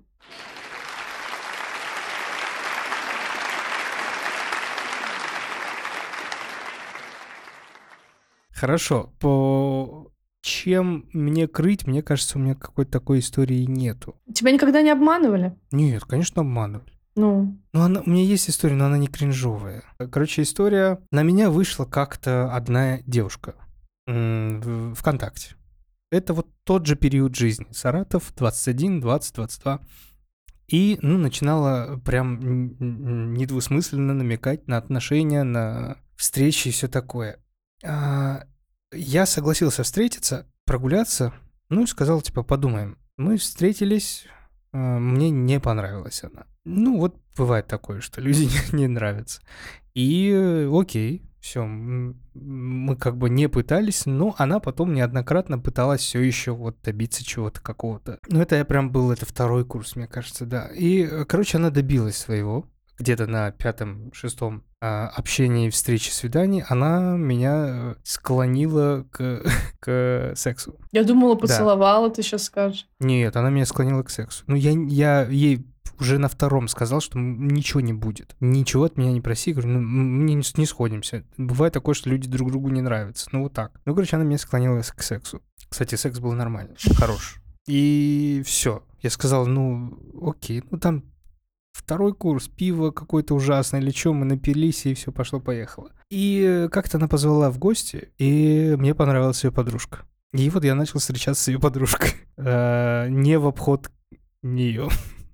Хорошо. Чем мне крыть, мне кажется, у меня какой-то такой истории нету. Тебя никогда не обманывали? Нет, конечно, обманывали. У меня есть история, но она не кринжовая. Короче, история. На меня вышла как-то одна девушка в ВКонтакте. Это тот же период жизни. Саратов, 21, 20, 22. И, начинала прям недвусмысленно намекать на отношения, на встречи и все такое. Я согласился встретиться, прогуляться, и сказал, подумаем. Мы встретились, мне не понравилась она. Бывает такое, что люди не нравятся. И окей, все, мы не пытались, но она потом неоднократно пыталась все еще добиться чего-то какого-то. Это я прям был, это второй курс, мне кажется, да. И, она добилась своего. где-то на 5-6 общении, встрече, свидании, она меня склонила к сексу. Я думала, поцеловала, ты сейчас скажешь. Нет, она меня склонила к сексу. Ну, я ей уже на 2 сказал, что ничего не будет. Ничего от меня не проси. Говорю, ну, мы не сходимся. Бывает такое, что люди друг другу не нравятся. Ну, вот так. Ну, короче, она меня склонила к сексу. Кстати, секс был нормальный, хорош. И все. Я сказал, ну, окей, ну, там 2 курс, пиво какое-то ужасное или что, мы напились, и все, пошло-поехало. И как-то она позвала в гости, и мне понравилась ее подружка. И вот я начал встречаться с ее подружкой. Не в обход нее.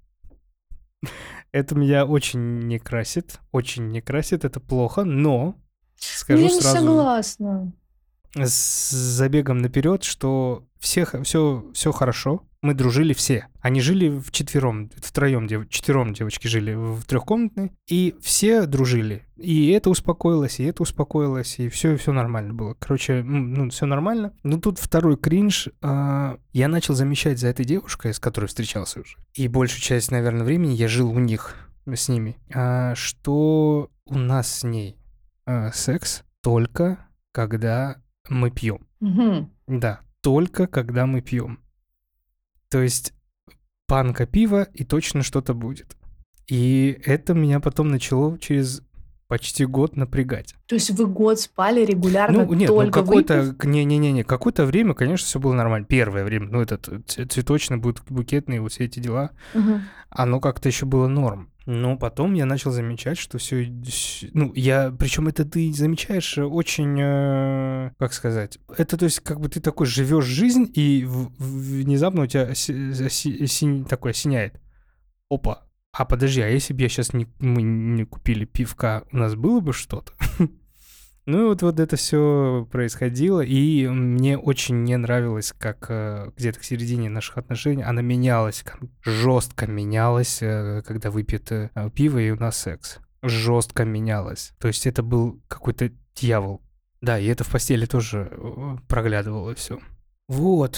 Это меня очень не красит, это плохо, но скажу я сразу... не согласна. С забегом наперед, что все хорошо, мы дружили все. Они жили вчетвером, четвером девочки жили в 3-комнатной, и все дружили. И это успокоилось, и все нормально было. Короче, ну, все нормально. Но тут 2 кринж. Я начал замечать за этой девушкой, с которой встречался уже. И большую часть, наверное, времени я жил у них, с ними. Что у нас с ней секс только когда мы пьем. Угу. Да, только когда мы пьем. То есть банка пива, и точно что-то будет. И это меня потом начало через почти год напрягать. То есть вы год спали регулярно только какое-то... Не-не-не, какое-то время, конечно, все было нормально. Первое время, ну, этот цветочный, букетный, вот все эти дела, оно как-то еще было норм. Но потом я начал замечать, что все... Ну, причем это ты замечаешь очень... как сказать? Это, то есть, как бы ты такой живешь жизнь, и внезапно у тебя такое осеняет. Опа. А подожди, а если бы я сейчас мы не купили пивка, у нас было бы что-то? Ну и вот это все происходило, и мне очень не нравилось, как где-то к середине наших отношений она менялась, жестко менялась, когда выпьет пиво и у нас секс. Жестко менялась. То есть это был какой-то дьявол. Да, и это в постели тоже проглядывало все. Вот.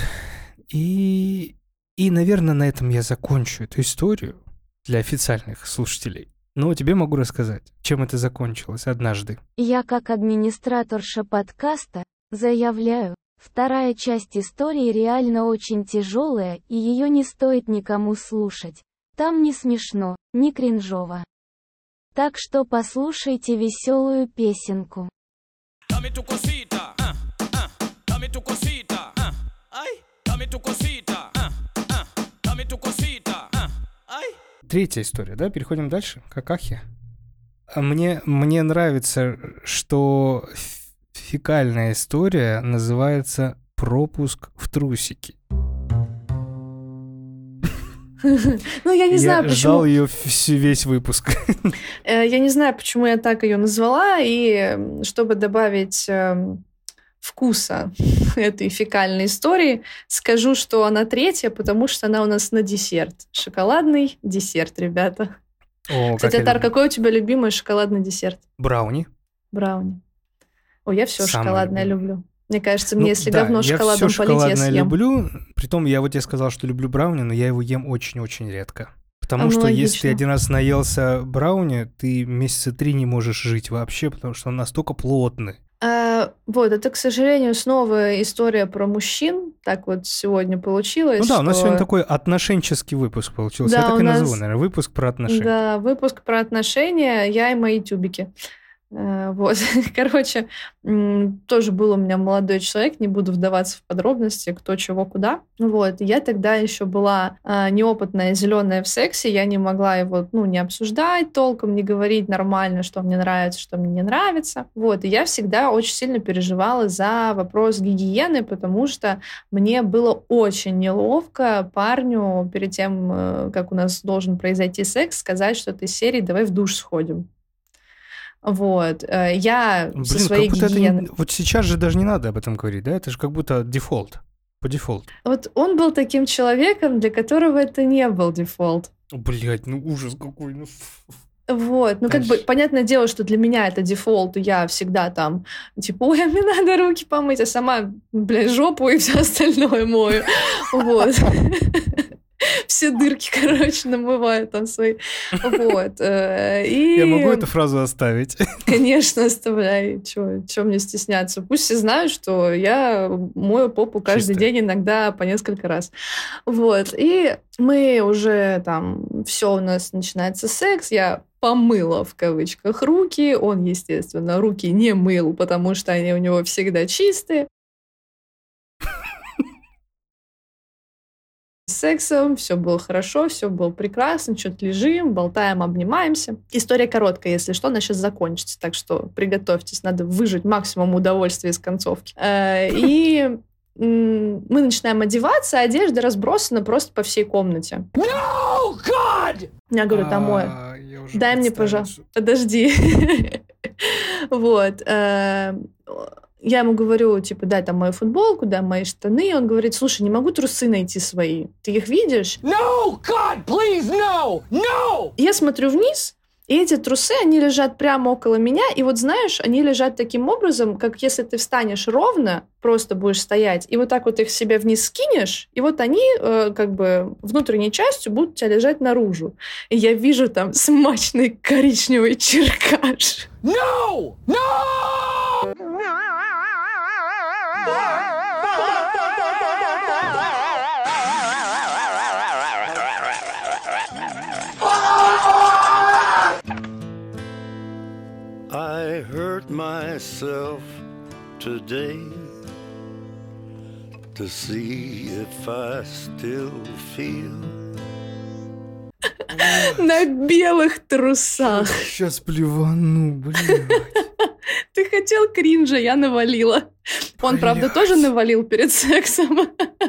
И, наверное, на этом я закончу эту историю для официальных слушателей. Но тебе могу рассказать, чем это закончилось однажды. Я, как администраторша подкаста, заявляю, 2 часть истории реально очень тяжелая, и ее не стоит никому слушать. Там не смешно, не кринжово. Так что послушайте веселую песенку. Третья история, да? Переходим дальше. Какахи. Мне нравится, что фекальная история называется «Пропуск в трусики». Ну, я не знаю, почему... Я ждал ее весь выпуск. Я не знаю, почему я так ее назвала, и чтобы добавить вкуса этой фекальной истории, скажу, что она 3, потому что она у нас на десерт. Шоколадный десерт, ребята. Кстати, Атар, какой у тебя любимый шоколадный десерт? Брауни. Брауни. Ой, я все шоколадное люблю. Мне кажется, если говно шоколадом полить, я съем. Я все шоколадное люблю. Притом, я сказал, что люблю брауни, но я его ем очень-очень редко. Потому что если ты 1 раз наелся брауни, ты месяца 3 не можешь жить вообще, потому что он настолько плотный. Вот, это, к сожалению, снова история про мужчин. Так вот сегодня получилось. Ну да, у нас сегодня такой отношенческий выпуск получился. Да, я так и назову, наверное, выпуск про отношения. Да, выпуск про отношения, я и мои тюбики. Вот, короче, тоже был у меня молодой человек, не буду вдаваться в подробности, кто, чего, куда. Вот, я тогда еще была неопытная, зеленая в сексе, я не могла его, не обсуждать толком, не говорить нормально, что мне нравится, что мне не нравится. Вот, и я всегда очень сильно переживала за вопрос гигиены, потому что мне было очень неловко парню перед тем, как у нас должен произойти секс, сказать что-то из серии «давай в душ сходим». Вот, я со своей гигиеной... Вот сейчас же даже не надо об этом говорить, да? Это же как будто дефолт, по дефолту. Вот он был таким человеком, для которого это не был дефолт. Блять, ужас какой, Вот, как бы, понятное дело, что для меня это дефолт, и я всегда там, ой, а мне надо руки помыть, а сама, жопу и все остальное мою. Вот. все дырки, короче, намываю там свои. Вот. Я могу эту фразу оставить? Конечно, оставляй. Чего мне стесняться? Пусть все знают, что я мою попу каждый день, иногда по несколько раз. Вот. И мы уже там, все у нас начинается секс, я помыла в кавычках руки, он, естественно, руки не мыл, потому что они у него всегда чистые. С сексом, все было хорошо, все было прекрасно, что-то лежим, болтаем, обнимаемся. История короткая, если что, она сейчас закончится, так что приготовьтесь, надо выжать максимум удовольствия из концовки. И мы начинаем одеваться, а одежда разбросана просто по всей комнате. No, God! Я говорю, домой. Дай мне, пожалуйста. Подожди. Вот. Я ему говорю, типа, дай там мою футболку, дай мои штаны. Он говорит, слушай, не могу трусы найти свои. Ты их видишь? No, God, please, no, no! Я смотрю вниз, и эти трусы, они лежат прямо около меня. И вот знаешь, они лежат таким образом, как если ты встанешь ровно, просто будешь стоять, и вот так вот их себе вниз скинешь, и вот они как бы внутренней частью будут у тебя лежать наружу. И я вижу там смачный коричневый черкаш. No! No! I hurt myself today to see if I still feel. На белых трусах. Сейчас плевану, блин. Ты хотел кринжа, я навалила. Он, правда, тоже навалил перед сексом.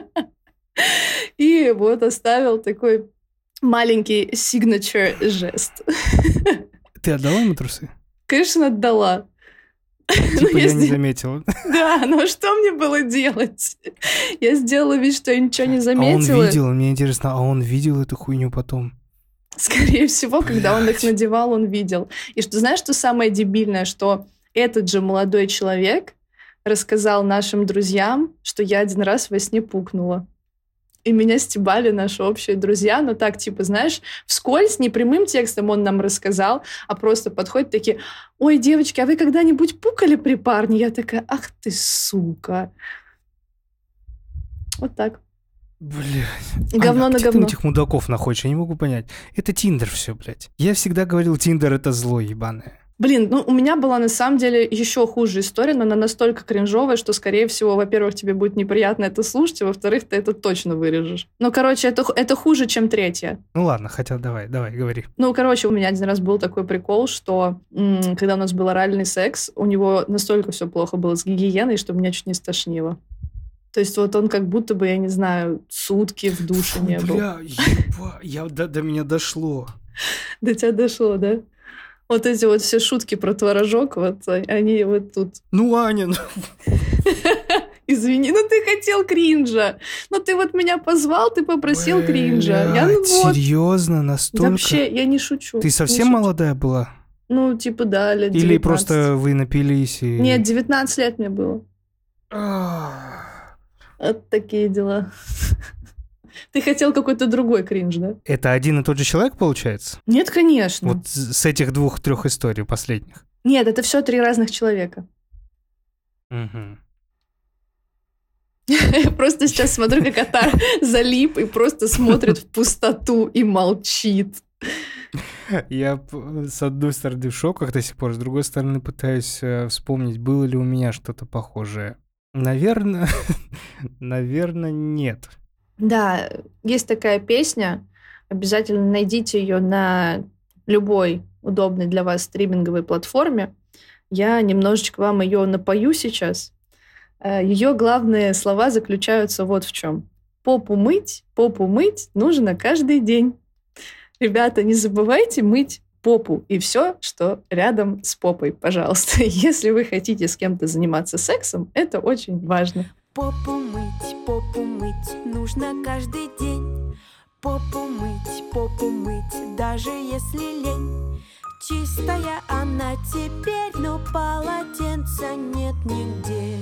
И вот оставил такой маленький signature жест. Ты отдала ему трусы? Конечно, отдала. Типа я не заметила. Да, но что мне было делать? Я сделала вид, что я ничего не заметила. А он видел, мне интересно, а он видел эту хуйню потом? Скорее всего, когда он их надевал, он видел. И что, знаешь, что самое дебильное, что этот же молодой человек рассказал нашим друзьям, что я один раз во сне пукнула. И меня стебали наши общие друзья, но так, типа, знаешь, вскользь, не прямым текстом он нам рассказал, а просто подходят такие: ой, девочки, а вы когда-нибудь пукали при парне? Я такая: ах ты, сука. Вот так. Блядь. Говно на где говно. ты этих мудаков находишь? Я не могу понять. Это Тиндер все, блядь. Я всегда говорил, Тиндер это зло ебаное. Блин, ну у меня была на самом деле еще хуже история, но она настолько кринжовая, что, скорее всего, во-первых, тебе будет неприятно это слушать, а во-вторых, ты это точно вырежешь. Ну, короче, это хуже, чем третья. Ну ладно, хотя давай, говори. Ну, короче, у меня один раз был такой прикол, что когда у нас был оральный секс, у него настолько все плохо было с гигиеной, что меня чуть не стошнило. То есть вот он как будто бы, я не знаю, сутки в душе не был. Бля, до меня дошло. До тебя дошло, да? Вот эти вот все шутки про творожок, вот они вот тут. Ну, Аня, ну... Извини, ну ты хотел кринжа. Ну ты вот меня позвал, ты попросил кринжа. Я, ну, вот. Серьезно? Настолько? Вообще, я не шучу. Ты совсем молодая была? Ну, типа, да, лет 19. Или просто вы напились и... Нет, 19 лет мне было. Вот такие дела. Ты хотел какой-то другой кринж, да? Это один и тот же человек, получается? Нет, конечно. Вот с этих 2-3 историй последних? Нет, это все 3 разных человека. Угу. Просто сейчас смотрю, как Атар залип и просто смотрит в пустоту и молчит. Я, с одной стороны, в шоках до сих пор, с другой стороны, пытаюсь вспомнить, было ли у меня что-то похожее. Наверное, нет. Да, есть такая песня. Обязательно найдите ее на любой удобной для вас стриминговой платформе. Я немножечко вам ее напою сейчас. Ее главные слова заключаются вот в чем. Попу мыть нужно каждый день. Ребята, не забывайте мыть попу и все, что рядом с попой, пожалуйста. Если вы хотите с кем-то заниматься сексом, это очень важно. Попу мыть нужно каждый день. Попу мыть, даже если лень. Чистая она теперь, но полотенца нет нигде.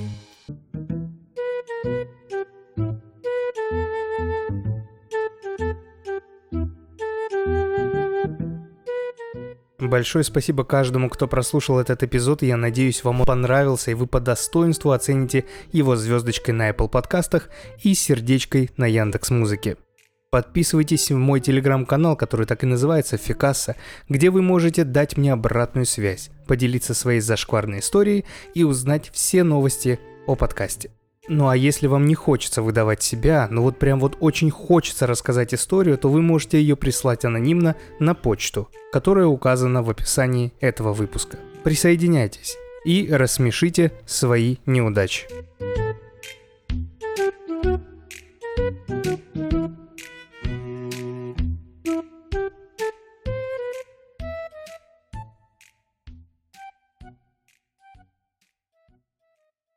Большое спасибо каждому, кто прослушал этот эпизод, и я надеюсь, вам он понравился, и вы по достоинству оцените его звездочкой на Apple подкастах и сердечкой на Яндекс.Музыке. Подписывайтесь в мой телеграм-канал, который так и называется «Фикасса», где вы можете дать мне обратную связь, поделиться своей зашкварной историей и узнать все новости о подкасте. Ну а если вам не хочется выдавать себя, но вот прям вот очень хочется рассказать историю, то вы можете ее прислать анонимно на почту, которая указана в описании этого выпуска. Присоединяйтесь и рассмешите свои неудачи.